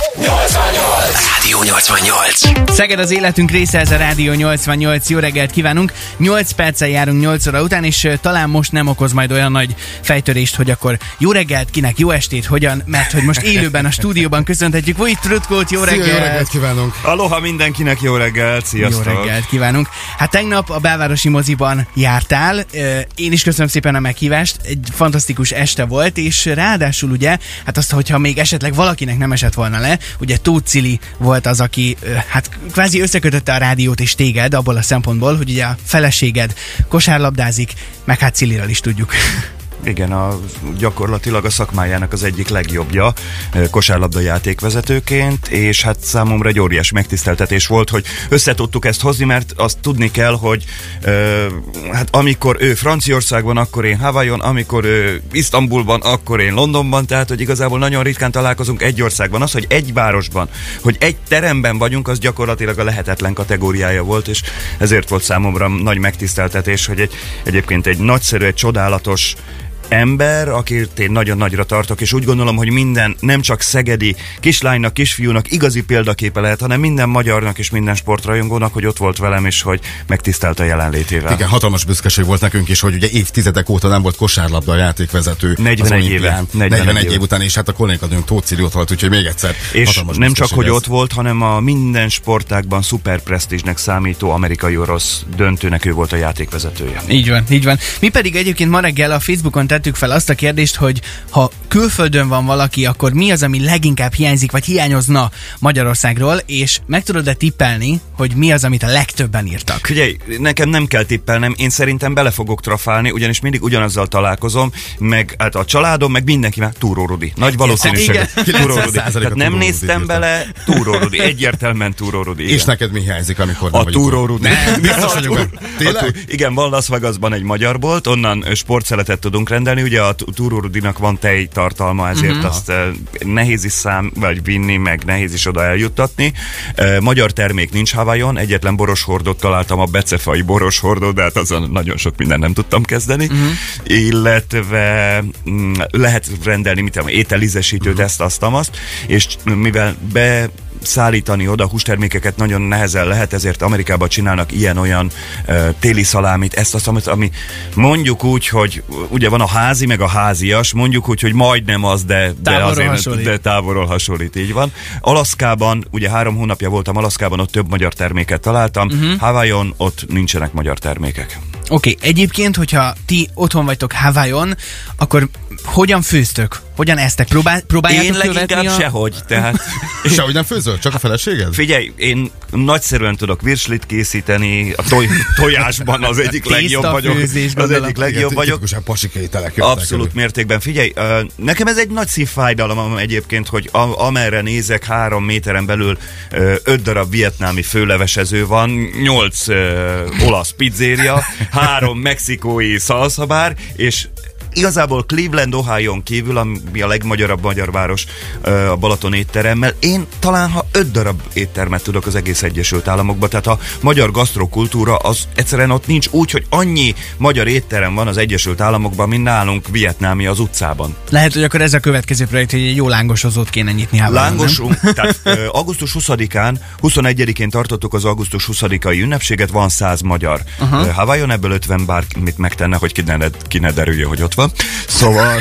Rádió 88. Szeged az életünk része, ez a Rádió 88. Jó reggelt kívánunk. 8 perccel járunk 8 óra után, és talán most nem okoz majd olyan nagy fejtörést, hogy akkor jó reggelt, kinek jó estét, hogyan, mert hogy most élőben a stúdióban köszöntetjük Vojt Trötkót, jó reggelt! Jó reggelt kívánunk! Aloha mindenkinek, jó reggelt, sziasztok! Jó reggelt kívánunk! Hát tegnap a belvárosi moziban jártál, én is köszönöm szépen a meghívást, egy fantasztikus este volt, és ráadásul ugye, hát azt, hogyha még esetleg valakinek nem esett volna le, ugye Tóth Cili volt az, aki hát kvázi összekötötte a rádiót és téged abból a szempontból, hogy ugye a feleséged kosárlabdázik, meg hát Ciliről is tudjuk. Igen, gyakorlatilag a szakmájának az egyik legjobbja kosárlabda játékvezetőként, és hát számomra egy óriási megtiszteltetés volt, hogy össze tudtuk ezt hozni, mert azt tudni kell, hogy hát amikor ő Franciaországban, akkor én Hawaiion, amikor ő Isztambulban, akkor én Londonban, tehát hogy igazából nagyon ritkán találkozunk egy országban. Az, hogy egy városban, hogy egy teremben vagyunk, az gyakorlatilag a lehetetlen kategóriája volt, és ezért volt számomra nagy megtiszteltetés, hogy egyébként egy nagyszerű, egy csodálatos ember, akit én nagyon nagyra tartok, és úgy gondolom, hogy minden nem csak szegedi kislánynak, kisfiúnak igazi példaképe lehet, hanem minden magyarnak és minden sportrajongónak, hogy ott volt velem, és hogy megtisztelt a jelenlétével. Igen, hatalmas büszkeség volt nekünk is, hogy ugye évtizedek óta nem volt kosárlabda játékvezető. 41 éve. 41 év után, és hát a kolléganőnk Tóth Cili ott volt, úgyhogy még egyszer. És nem csak, hogy ott volt, hanem a minden sportágban szuper presztízsnek számító amerikai-orosz döntőnek ő volt a játékvezetője. Így van, így van. Mi pedig egyébként ma reggel a Facebookon tettük fel azt a kérdést, hogy ha külföldön van valaki, akkor mi az, ami leginkább hiányzik, vagy hiányozna Magyarországról, és meg tudod-e tippelni, hogy mi az, amit a legtöbben írtak? Figyelj, nekem nem kell tippelnem, én szerintem bele fogok trafálni, ugyanis mindig ugyanazzal találkozom, meg hát a családom, meg mindenki már Túró Rudi. Nagy valószínűség. Túró Rudi. Tehát nem néztem bele, Túró Rudi. Egyértelműen Túró Rudi. És neked mi hiányzik, amikor nem a Túró Rudi. Biztos vagyok benne. Tényleg? Igen, van Las Vegasban egy magyar bolt, onnan sportszeletet tudunk rendelni. Ugye a Túró Rudinak van tejtartalma, ezért azt nehéz is vagy vinni, meg nehéz is oda eljuttatni. Magyar termék nincs Hawaiion, egyetlen boroshordót találtam, a becefai boroshordó, de hát azon nagyon sok mindent nem tudtam kezdeni. Illetve lehet rendelni, mit tudom, ételízesítőt, ezt, azt, és mivel szállítani oda hústermékeket nagyon nehezen lehet, ezért Amerikában csinálnak ilyen-olyan téli szalámit, ezt, ami mondjuk úgy, hogy ugye van a házi, meg a házias, mondjuk úgy, hogy majdnem az, de távolról hasonlít, így van. Alaszkában, ugye 3 hónapja voltam Alaszkában, ott több magyar terméket találtam, Hawaiion ott nincsenek magyar termékek. Oké, egyébként, hogyha ti otthon vagytok Hawaiion, akkor hogyan főztök? Hogyan esztek? Próbáljátok én leginkább sehogy, tehát... Sehogy nem főzöl? Csak a feleséged? Figyelj, én nagyszerűen tudok virslit készíteni, a tojásban az egyik legjobb vagyok. Az egyik legjobb vagyok. Tipikusan pasik-ételek. Abszolút mértékben. Figyelj, nekem ez egy nagy szívfájdalom egyébként, hogy amerre nézek, 3 méteren belül 5 darab vietnámi főlevesező van, 8 olasz pizzéria, 3 mexikói szalszabár, és igazából Cleveland, Ohio-n kívül, ami a legmagyarabb magyar város a Balaton étteremmel, én talán 5 darab éttermet tudok az egész Egyesült Államokban, tehát a magyar gasztrokultúra az egyszerűen ott nincs úgy, hogy annyi magyar étterem van az Egyesült Államokban, mint nálunk vietnámi az utcában. Lehet, hogy akkor ez a következő projekt, hogy egy jó lángosozót kéne nyitni Hawaiion. Lángosunk, tehát augusztus 20-án, 21-én tartottuk az augusztus 20-ai ünnepséget, van 100 magyar Hawaiion, ebből 50 bármit megtenne, hogy ki ne derüljön, hogy ott van. Szóval...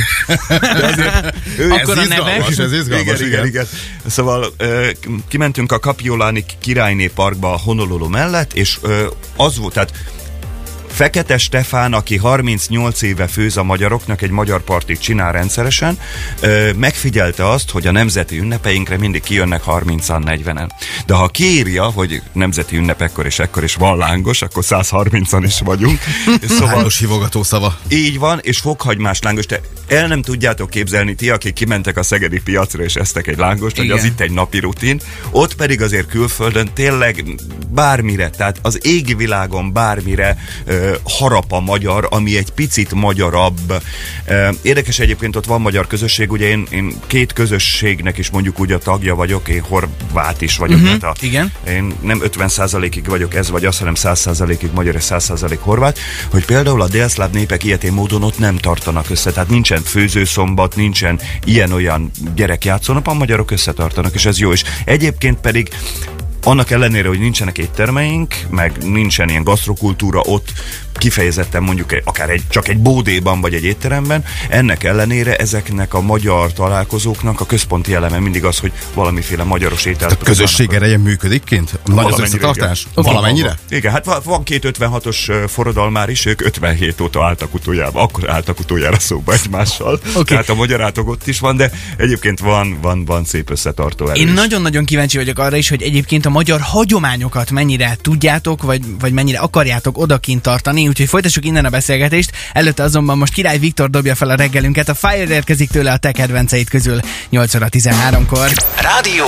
Akkor a nevek... Ez izgalmas, igen. Szóval kimentünk a Kapiolani Királyné Parkba a Honolulu mellett, és az volt, tehát Fekete Stefán, aki 38 éve főz a magyaroknak, egy magyar partit csinál rendszeresen, megfigyelte azt, hogy a nemzeti ünnepeinkre mindig kijönnek 30-an, 40-en. De ha kiírja, hogy nemzeti ünnepekkor és ekkor is van lángos, akkor 130-an is vagyunk. Szóval lángos hívogató szava. Így van, és fokhagymás lángos. Te el nem tudjátok képzelni, ti, akik kimentek a szegedi piacra és esztek egy lángost, hogy az itt egy napi rutin. Ott pedig azért külföldön tényleg bármire, tehát az égi világon bármire harapa magyar, ami egy picit magyarabb. Érdekes egyébként, ott van magyar közösség, ugye én két közösségnek is mondjuk úgy a tagja vagyok, én horvát is vagyok. Igen. Én nem 50%-ig vagyok ez vagy az, hanem 100%-ig magyar és 100% horvát, hogy például a délszláv népek ilyetén módon ott nem tartanak össze, tehát nincsen főzőszombat, nincsen ilyen-olyan gyerekjátszónap, a magyarok összetartanak, és ez jó is. Egyébként pedig annak ellenére, hogy nincsenek éttermeink, meg nincsen ilyen gasztrokultúra ott, kifejezetten mondjuk akár csak egy bódéban vagy egy étteremben, ennek ellenére ezeknek a magyar találkozóknak a központi eleme mindig az, hogy valamiféle magyaros ételt. A közösség ereje működik kint? Nagy az összetartás? Valamennyire? Igen, hát van két 56-os forradalmár is, ők 57 óta álltak utoljára, akkor álltak utoljára szóba egymással. Tehát a magyar átog ott is van, de egyébként van szép összetartó erő. Én nagyon-nagyon kíváncsi vagyok arra is, hogy egyébként a magyar hagyományokat mennyire tudjátok, vagy mennyire akarjátok odakint tartani, úgyhogy folytassuk innen a beszélgetést. Előtte azonban most Király Viktor dobja fel a reggelünket. A Fire érkezik tőle a te kedvenceid közül 8 óra 13-kor. Rádió!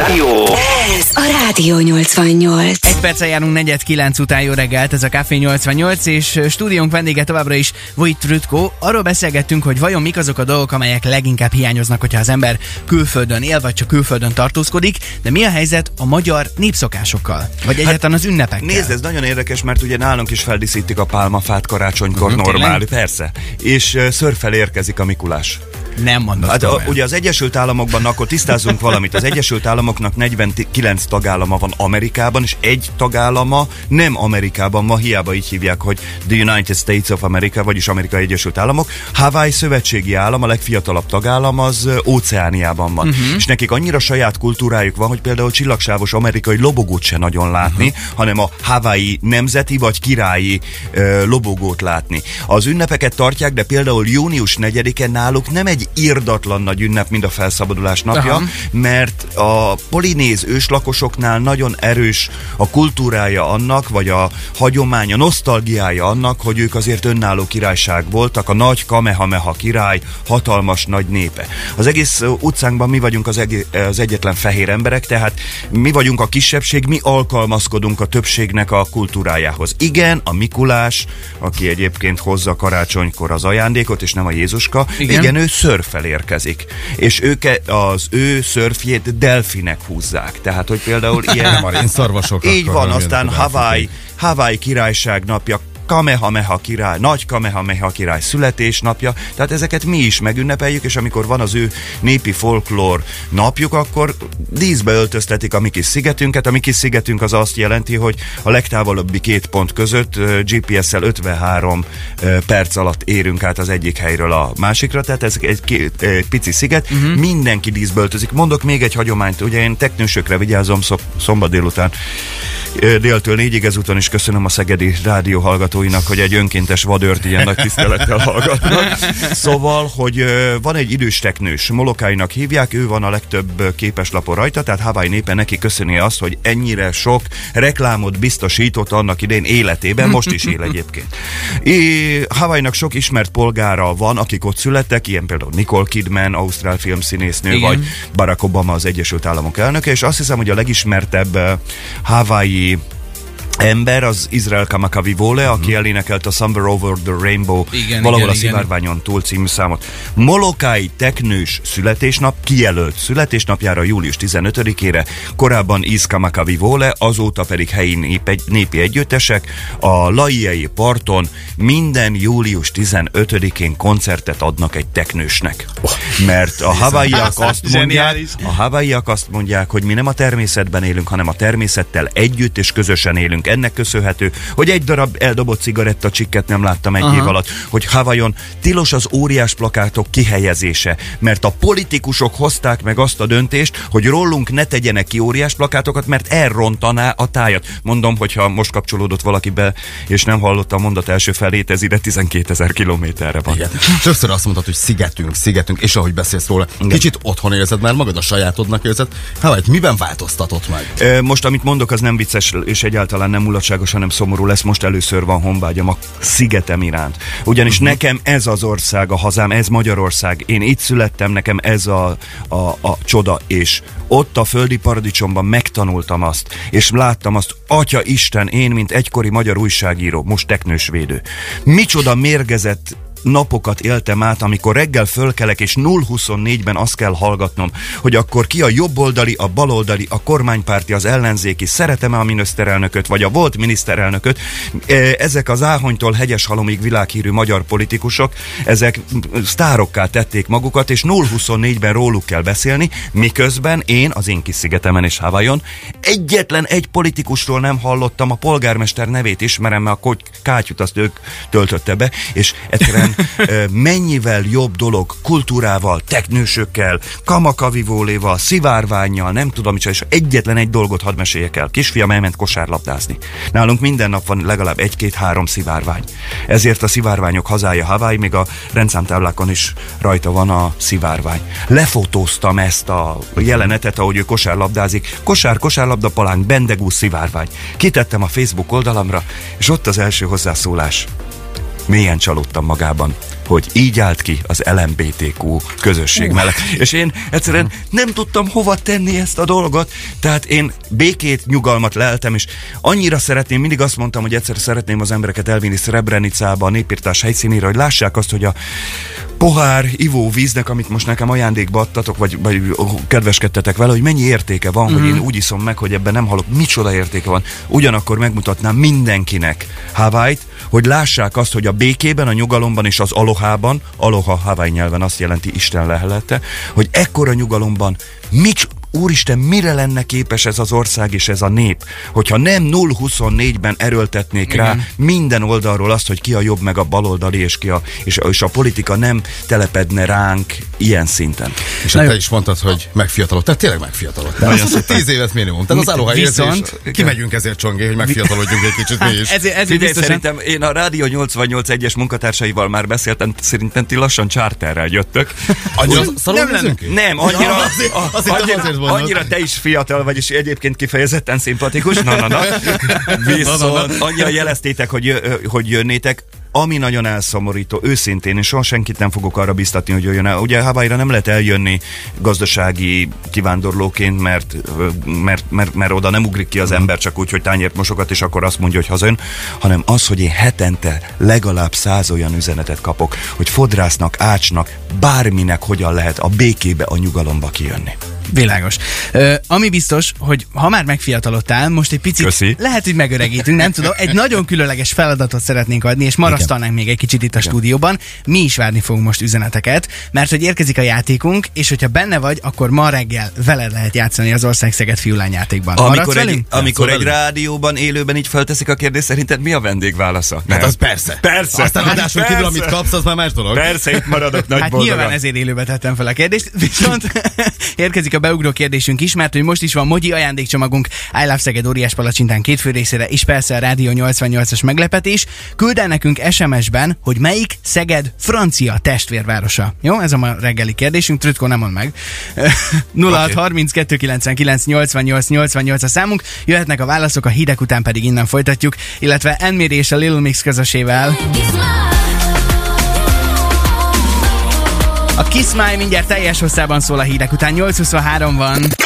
Ez a Rádió 88. Egy perccel járunk 4:09 után. Jó reggelt, ez a Café 88, és stúdiónk vendége továbbra is Vojt Trutko. Arról beszélgettünk, hogy vajon mik azok a dolgok, amelyek leginkább hiányoznak, hogyha az ember külföldön él, vagy csak külföldön tartózkodik, de mi a helyzet a magyar népszokásokkal? Vagy egyáltalán az ünnepekkel? Nézd, ez nagyon érdekes, mert ugye nálunk is feldíszítik a pálmafát karácsonykor, normál, persze. És szörfel érkezik a Mikulás. Nem mondod. Hát ugye az Egyesült Államokban, akkor tisztázzunk valamit, az Egyesült Államoknak 49 tagállama van Amerikában, és egy tagállama nem Amerikában van, hiába így hívják, hogy The United States of America, vagyis Amerikai Egyesült Államok. Hawaii szövetségi állam, a legfiatalabb tagállam, az Óceániában van. És nekik annyira saját kultúrájuk van, hogy például csillagsávos amerikai lobogót se nagyon látni, hanem a Hawaii nemzeti vagy királyi lobogót látni. Az ünnepeket tartják, de például június 4-e náluk nem egy irdatlan nagy ünnep, mint a felszabadulás napja, mert a polinéz őslakosoknál nagyon erős a kultúrája annak, vagy a hagyománya, nosztalgiája annak, hogy ők azért önálló királyság voltak, a nagy Kamehameha király, hatalmas nagy népe. Az egész utcánkban mi vagyunk az egyetlen fehér emberek, tehát mi vagyunk a kisebbség, mi alkalmazkodunk a többségnek a kultúrájához. Igen, a Mikulás, aki egyébként hozza karácsonykor az ajándékot, és nem a Jézuska, igen ő szörfel érkezik. És az ő szörfjét delfinek húzzák. Tehát, hogy például ilyen... Nem arénszarvasok. Így van, aztán Hawaii királyság napja, Kamehameha király, nagy Kamehameha király születésnapja, tehát ezeket mi is megünnepeljük, és amikor van az ő népi folklór napjuk, akkor díszbe öltöztetik a mi kis szigetünket. A mi kis szigetünk az azt jelenti, hogy a legtávolabbi két pont között GPS-szel 53 perc alatt érünk át az egyik helyről a másikra, tehát ez egy pici sziget, mindenki díszbe öltözik. Mondok még egy hagyományt, ugye én teknősökre vigyázom szombat délután, déltől 4-ig, ezúton is köszönöm a szegedi rádió hallgatóinak, hogy egy önkéntes vadőrt ilyen nagy tisztelettel hallgatnak. Szóval, hogy van egy idős teknős, Molokáinak hívják, ő van a legtöbb képeslapon rajta, tehát Hawaii népe neki köszöni azt, hogy ennyire sok reklámot biztosított annak idején életében, most is él egyébként. Hawaii-nak sok ismert polgára van, akik ott születtek, ilyen például Nicole Kidman, ausztrál filmszínésznő, vagy Barack Obama, az Egyesült Államok elnöke, és azt hiszem, hogy a legismertebb Hawaii ember az Israel Kamakawiwo'ole, aki elénekelt a Somewhere Over the Rainbow, valahol a Szivárványon túl című számot. Molokai teknős születésnap, kijelölt születésnapjára július 15-ére, korábban Is Kamakawiwo'ole, azóta pedig helyi népi együttesek a Laiai parton minden július 15-én koncertet adnak egy teknősnek. Mert a hawaiiak azt mondják, hogy mi nem a természetben élünk, hanem a természettel együtt és közösen élünk. Ennek köszönhető, hogy egy darab eldobott cigarettacsikket nem láttam egy év alatt, hogy Hawaiion tilos az óriás plakátok kihelyezése, mert a politikusok hozták meg azt a döntést, hogy rólunk ne tegyenek ki óriás plakátokat, mert elrontaná a tájat. Mondom, hogyha most kapcsolódott valaki be, és nem hallotta a mondat első felét, ez ide 12 000 kilométerre van. Többször azt mondtad, hogy szigetünk, és ahogy beszélsz róla, kicsit otthon érzed már magad, a sajátodnak érzed. Hawaii miben változtatott meg? Most, amit mondok, az nem vicces, és egyáltalán nem mulatságos, hanem szomorú lesz. Most először van honvágyam a szigetem iránt. Ugyanis nekem ez az ország, a hazám, ez Magyarország. Én itt születtem, nekem ez a csoda, és Ott a földi paradicsomban megtanultam azt, és láttam azt, Atya Isten, én, mint egykori magyar újságíró, most teknősvédő. Micsoda mérgezett napokat éltem át, amikor reggel fölkelek, és 0-24-ben azt kell hallgatnom, hogy akkor ki a jobboldali, a baloldali, a kormánypárti, az ellenzéki, szeretem-e a miniszterelnököt, vagy a volt miniszterelnököt. Ezek az Áhonytól Hegyeshalomig világhírű magyar politikusok, ezek sztárokká tették magukat, és 0-24-ben róluk kell beszélni, miközben én, az én kis szigetemen és Hawaiion, egyetlen egy politikusról nem hallottam, a polgármester nevét ismerem, mert a kátyút azt ők töltötte be, és egyszerűen mennyivel jobb dolog kultúrával, teknősökkel, kamakavivóléval, szivárvánnyal, nem tudom micsoda, és egyetlen egy dolgot hadd meséljek el. Kisfiam elment kosárlabdázni. Nálunk minden nap van legalább 1-2-3 szivárvány. Ezért a szivárványok hazája Hawaii, még a rendszámtáblákon is rajta van a szivárvány. Lefotóztam ezt a jelenetet, ahogy ő kosárlabdázik. Kosárlabda, palánk, bendegú, szivárvány. Kitettem a Facebook oldalamra, és ott az első hozzászólás. Mélyen csalódtam magában, hogy így állt ki az LMBTQ közösség mellett. És én egyszerűen nem tudtam hova tenni ezt a dolgot, tehát én békét, nyugalmat leltem, és annyira szeretném, mindig azt mondtam, hogy egyszer szeretném az embereket elvinni Srebrenicába, a népirtás helyszínére, hogy lássák azt, hogy a pohár ivóvíznek, amit most nekem ajándékba adtatok, vagy kedveskedtetek vele, hogy mennyi értéke van, hogy én úgy iszom meg, hogy ebben nem halok, micsoda értéke van. Ugyanakkor megmutatnám mindenkinek Hawaiit, hogy lássák azt, hogy a békében, a nyugalomban és az alohában, aloha Hawaii nyelven azt jelenti Isten lehelete, hogy ekkora nyugalomban Úristen, mire lenne képes ez az ország és ez a nép, hogyha nem 0-24-ben erőltetnék rá minden oldalról azt, hogy ki a jobb meg a baloldali, és a politika nem telepedne ránk ilyen szinten. És te is mondtad, hogy megfiatalodtál, tényleg megfiatalodtál. Azt mondta, 10 évet minimum. Tehát az Aloha érzés, kimegyünk ezért, Csongé, hogy megfiatalodjunk egy kicsit mi is. Figyelj, szerintem én a Rádió 88 egyes munkatársaival már beszéltem, szerintem ti lassan charterrel jöttök. Annyira szalonnézünk? Nem, annyira te is fiatal vagy, és egyébként kifejezetten szimpatikus. Na. Viszont annyira jeleztétek, hogy jönnétek. Ami nagyon elszomorító, őszintén, és soha senkit nem fogok arra biztatni, hogy jöjjön el. Ugye Hawaii-ra nem lehet eljönni gazdasági kivándorlóként, mert oda nem ugrik ki az ember csak úgy, hogy tányért mosogat, és akkor azt mondja, hogy hazajön, hanem az, hogy én hetente legalább 100 olyan üzenetet kapok, hogy fodrásznak, ácsnak, bárminek hogyan lehet a békébe, a nyugalomba kijönni. Világos. Ami biztos, hogy ha már megfiatalodtál, most egy picit lehet, hogy megöregítünk, nem tudom, egy nagyon különleges feladatot szeretnénk adni, és marasztalnánk még egy kicsit itt a stúdióban. Mi is várni fogunk most üzeneteket, mert hogy érkezik a játékunk, és hogyha benne vagy, akkor ma reggel veled lehet játszani az Ország-Szeged fiúlány játékban. Amikor egy rádióban élőben így felteszik a kérdést, szerinted mi a vendégválasza? Hát az persze. Aztán adáson kívül, amit kapsz, az már más dolog. Persze, itt maradok nagy boldogan. Nyilván ezért élőben tettem fel a kérdést, viszont érkezik a beugró kérdésünk is, mert hogy most is van Mogyi ajándékcsomagunk, I Love Szeged óriás palacsintán 2 fő részére, és persze a Rádió 88-as meglepetés. Küld el nekünk SMS-ben, hogy melyik Szeged francia testvérvárosa. Jó, ez a ma reggeli kérdésünk, Trütko, nem mond meg. 0632 99 88 88 a számunk, jöhetnek a válaszok, a hírek után pedig innen folytatjuk, illetve Enmiri és a Lil Mix közösével. A Kiss My mindjárt teljes hosszában szól a hírek után, 8:23 van. 88!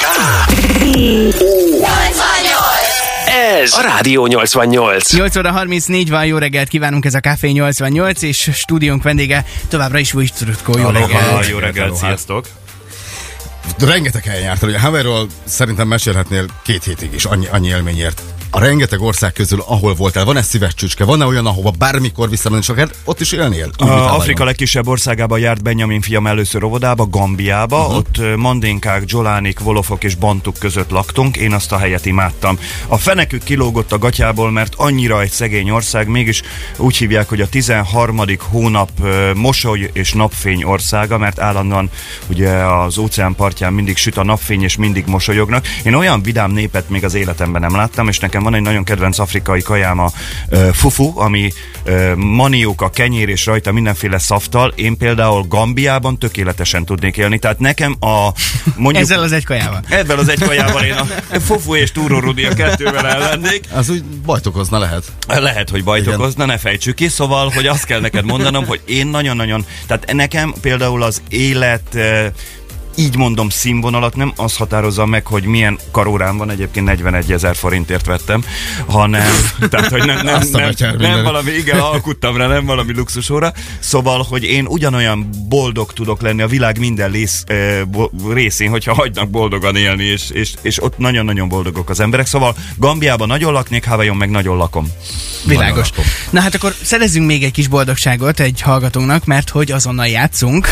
Ez a Rádió 88. 8:34 van, jó reggelt kívánunk, ez a Café 88, és stúdiónk vendége továbbra is Vujcs Trütko, jó reggelt. Jó reggelt, sziasztok. Rengeteg helyen jártál, ugye Hawaiiról szerintem mesélhetnél 2 hétig is, annyi élményért. A rengeteg ország közül, ahol voltál, van-e szíves csücske? Van-e olyan, ahova bármikor visszamenni, és akár ott is élnél? Afrika legkisebb országában járt Benjamin fiam először óvodába, Gambiába. Ott mandénkák, dzsolánik, wolofok és bantuk között laktunk. Én azt a helyet imádtam. A fenekük kilógott a gatyából, mert annyira egy szegény ország, mégis úgy hívják, hogy a 13. hónap mosoly és napfény országa, mert állandóan ugye az óceán partján mindig süt a napfény, és mindig mosolyognak. Én olyan vidám népet még az életemben nem láttam, és nekem van egy nagyon kedvenc afrikai kajám, a fufu, ami manióka, kenyér és rajta mindenféle szaftal. Én például Gambiában tökéletesen tudnék élni, tehát nekem mondjuk... Ezzel az egy kajával. Ezzel az egy kajával én a fufu és túrórudi a 2-vel ellennék. Az úgy bajt okozna, lehet. Lehet, hogy bajt okozna, ne fejtsük ki. Szóval, hogy azt kell neked mondanom, hogy én nagyon-nagyon... Tehát nekem például az élet így mondom színvonalat nem az határozza meg, hogy milyen karórám van, egyébként 41 000 forintért vettem, hanem, tehát, hogy nem valami, igen, alkuttam rá, nem valami luxusóra, szóval, hogy én ugyanolyan boldog tudok lenni a világ minden részén, hogyha hagynak boldogan élni, és ott nagyon-nagyon boldogok az emberek, szóval Gambiában nagyon laknék, Hawaiion meg nagyon lakom. Világos. Na hát akkor szerezzünk még egy kis boldogságot egy hallgatónak, mert hogy azonnal játszunk.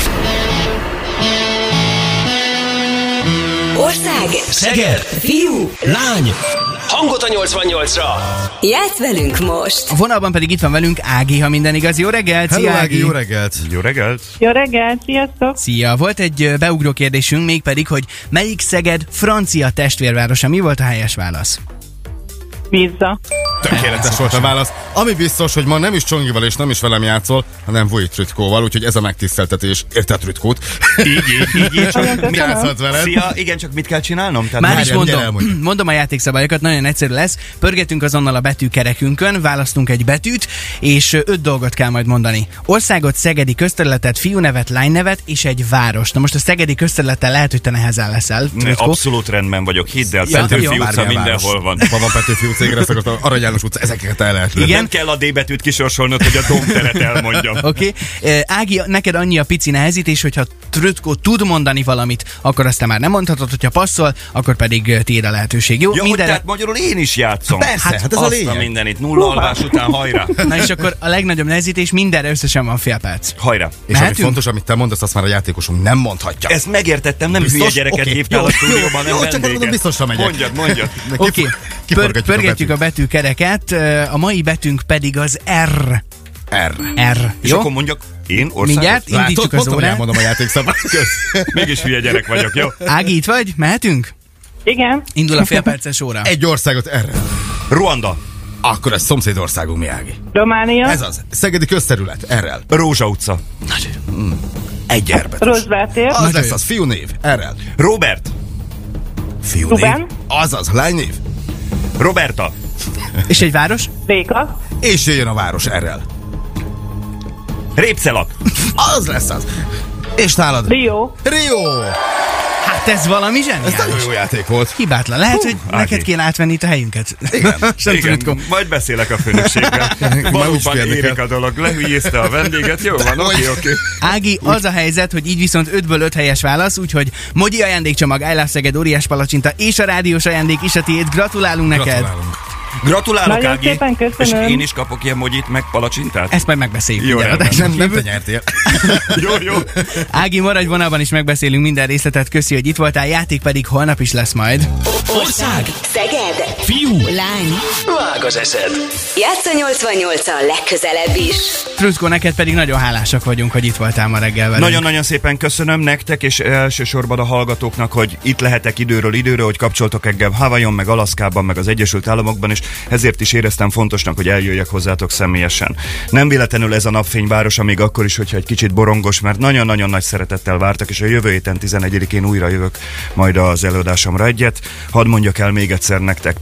Ország, Szeged, fiú, lány, hangot a 88-ra. játsz velünk most! A vonalban pedig itt van velünk Ági, ha minden igaz. Jó reggelt! Hello, Szia, Ági, jó reggelt! Jó reggelt! Jó reggelt, sziasztok! Szia! Volt egy beugró kérdésünk, mégpedig, hogy melyik Szeged francia testvérvárosa? Mi volt a helyes válasz? Pizza. Tökéletes volt a válasz. Ami biztos, hogy ma nem is Csongival és nem is velem játszol, hanem Vujit Trütkóval, úgyhogy ez a megtiszteltetés. Érted Trütkót? Így, csak Mi játszhat veled? Szia, igen, csak mit kell csinálnom? Tehát Már is várjál, mondom a játékszabályokat, nagyon egyszerű lesz. Pörgetünk azonnal a betűkerekünkön, választunk egy betűt, és 5 dolgot kell majd mondani. Országot, szegedi közterületet, fiúnevet, lánynevet és egy város. Na most a szegedi közterülettel lehet, hogy te nehezen leszel. Trütkó. abszolút rendben vagyok, hidd el, Ja, Petőfi jó. utca mindenhol van. Van Petőfi utca, égre szakadt, Arany János utca, ezeket el lehet lőni. Igen. Nem kell a D betűt kisorsolnod, hogy a domteret elmondjam. Oké. Ági, neked annyi a pici nehezítés, hogyha Trütkó tud mondani valamit, akkor azt te már nem mondhatod, hogyha passzol, akkor pedig tiéd a lehetőség. Jó, Ja, hogy tehát magyarul én is játszom. Persze, hát ez a azt lényeg. mindenit, 0 alvás után hajrá. Na és akkor a legnagyobb nehezítés, mindenre összesen van fél perc. Hajrá. És ami Mehetünk? fontos, amit te mondasz, azt már a játékosunk nem mondhatja. Ezt megértettem, nem Biztos? hülye gyereket Oké, hívtál jó, a stúdióban, nem jó, csak vendéget. mondom, biztosra megyek. Mondjad. Oké, pörgetjük a betűt. betűkereket, a mai betűnk pedig az R. R. És Jó? akkor mondjak én országot? Mindjárt indítsuk az órát. Elmondom a játékszabályt. Mégis hülye gyerek vagyok, jó? Ági, itt vagy? Mehetünk? Igen, Indul a félperces óra. Egy országot R. Ruanda. Akkor ez szomszédországunk, mi Ági? Románia, Ez az. Szegedi közterület, R-rel. Rózsa utca. Egy R-bet. Rozsvár tér, Az lesz az, fiúnév, R-rel. Robert. Fiúnév. Ruben. Azaz, lánynév. Roberta. És egy város? Réka, És jöjjön a város R-rel. Répcelak. Az lesz az. És nálad? Rio, Rio! Hát ez valami Ez zseniális. nagyon jó játék volt. Hibátlan. Lehet, hogy Ági. neked kéne átvenni itt a helyünket. Igen. Sem Trütkó. Majd beszélek a főnökséggel. Már úgy Valóban félni érik kell. a dolog. Lehülyézte a vendéget. Jó van, oké. Ági, az a helyzet, hogy így viszont 5-ből 5 helyes válasz, úgyhogy Mogyi ajándékcsomag, I Love Szeged, óriás palacsinta és a rádiós ajándék is a tiéd. Gratulálunk neked! Gratulálunk. Gratulálok, Nagyon Ági. szépen köszönöm. És én is kapok ilyen mogyit, meg palacsintát? Ezt majd megbeszéljük. Jó, mindjárt rendben. adáson Nem kívül. te nyertél. Jó. Ági, maradj vonalban is megbeszélünk minden részletet. Köszi, hogy itt voltál. Játék pedig holnap is lesz majd. Ország, Szeged, fiú, lány, vág az eszed. játsz a 88-al legközelebb is! Trütkó, neked pedig nagyon hálásak vagyunk, hogy itt voltál ma reggel velünk. Nagyon-nagyon szépen köszönöm nektek, és elsősorban a hallgatóknak, hogy itt lehetek időről időre, hogy kapcsoltok engem Hawaiion, meg Alaszkában, meg az Egyesült Államokban, és ezért is éreztem fontosnak, hogy eljöjjek hozzátok személyesen. Nem véletlenül ez a napfényvárosa, még akkor is, hogyha egy kicsit borongos, mert nagyon-nagyon nagy szeretettel vártak, és a jövő héten 11-én újra jövök majd az előadásomra egyet. Hadd mondjak el még egyszer nektek,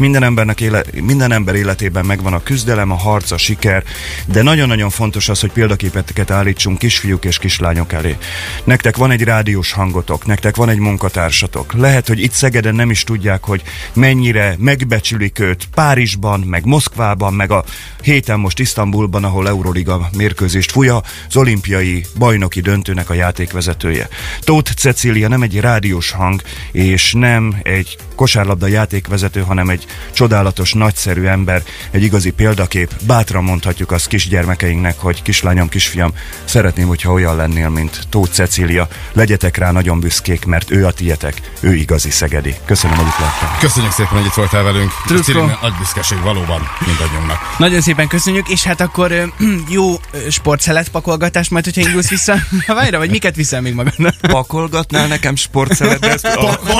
minden ember életében megvan a küzdelem, a harc, a siker, de nagyon-nagyon fontos az, hogy példaképeteket állítsunk kisfiúk és kislányok elé. Nektek van egy rádiós hangotok, nektek van egy munkatársatok. Lehet, hogy itt Szegeden nem is tudják, hogy mennyire megbecsülik őt Párizsban, meg Moszkvában, meg a héten most Isztambulban, ahol Euroliga mérkőzést fújja, az olimpiai bajnoki döntőnek a játékvezetője. Tóth Cecília nem egy rádiós hang, és nem egy kosárlabda játékvezető, hanem egy csodálatos, nagyszerű ember, egy igazi példakép. Bátran mondhatjuk azt kisgyermekeinknek, hogy kislányom, kisfiam, szeretném, hogyha olyan lennél, mint Tóth Cecília. Legyetek rá nagyon büszkék, mert ő a tietek, ő igazi szegedi. Köszönöm, hogy itt láttam. Köszönjük szépen, hogy itt voltál velünk. Trütkó. Cirinek nagy büszkeség valóban mindannyiunknak. Nagyon szépen köszönjük, és hát akkor jó sportszelet pakolgatás majd, hogyha indulsz vissza Hawaiira, vagy miket viszel még magadnak? Pakolgatnál nekem sportszelet, de ezt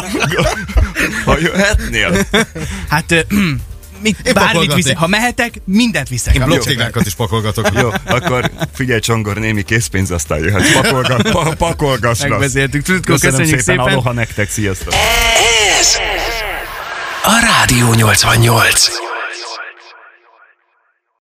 ha jöhetnél? Hát bármit pakolgatnék. viszek. Ha mehetek, mindent viszek. Én Jó. bloktiglákat is pakolgatok. Jó, akkor figyelj Csongor, némi készpénz, aztán jöhetsz. Pakolgassnak. Megbeszéltük. Trütkó, Köszönöm köszönjük szépen, szépen. aloha nektek, sziasztok! Ez a Rádió 88.